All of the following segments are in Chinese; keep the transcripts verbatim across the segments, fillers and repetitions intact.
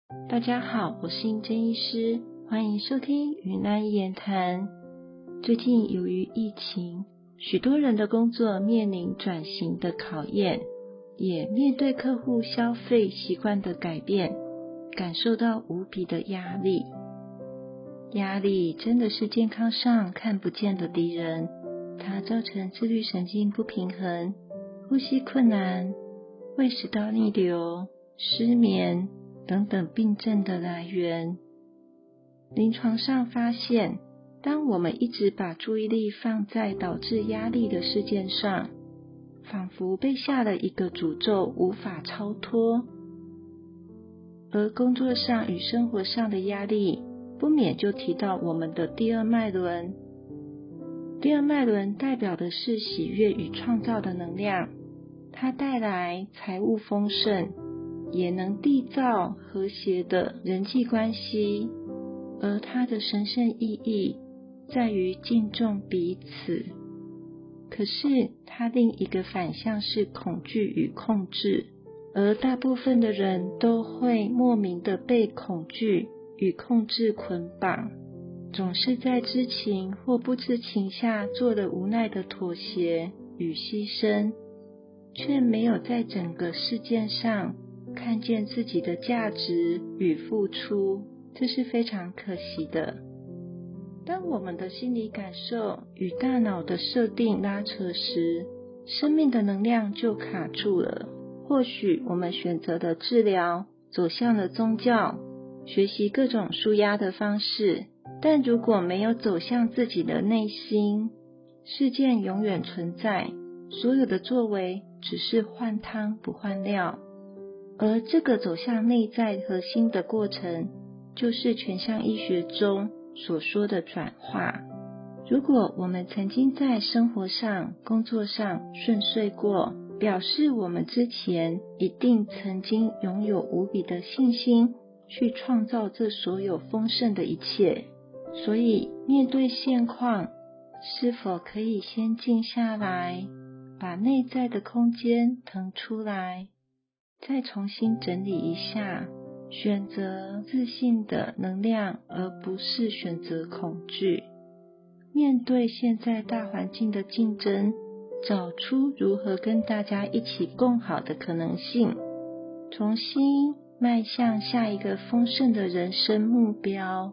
大家好，我是英珍医师，欢迎收听云南言谈。最近由于疫情，许多人的工作面临转型的考验，也面对客户消费习惯的改变，感受到无比的压力。压力真的是健康上看不见的敌人，它造成自律神经不平衡、呼吸困难、胃食道逆流、失眠等等病症的来源。临床上发现，当我们一直把注意力放在导致压力的事件上，仿佛被下了一个诅咒，无法超脱。而工作上与生活上的压力，不免就提到我们的第二脉轮。第二脉轮代表的是喜悦与创造的能量，它带来财务丰盛，也能缔造和谐的人际关系，而它的神圣意义在于敬重彼此。可是它另一个反向是恐惧与控制，而大部分的人都会莫名的被恐惧与控制捆绑，总是在知情或不知情下做了无奈的妥协与牺牲，却没有在整个事件上看见自己的价值与付出，这是非常可惜的。当我们的心理感受与大脑的设定拉扯时，生命的能量就卡住了。或许我们选择的治疗走向了宗教，学习各种抒压的方式，但如果没有走向自己的内心，事件永远存在，所有的作为只是换汤不换药。而这个走向内在核心的过程，就是全像医学中所说的转化。如果我们曾经在生活上、工作上顺遂过，表示我们之前一定曾经拥有无比的信心去创造这所有丰盛的一切。所以面对现况，是否可以先静下来，把内在的空间腾出来，再重新整理一下，选择自信的能量，而不是选择恐惧。面对现在大环境的竞争，找出如何跟大家一起共好的可能性，重新迈向下一个丰盛的人生目标。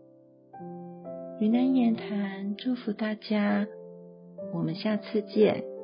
云南言谈祝福大家，我们下次见。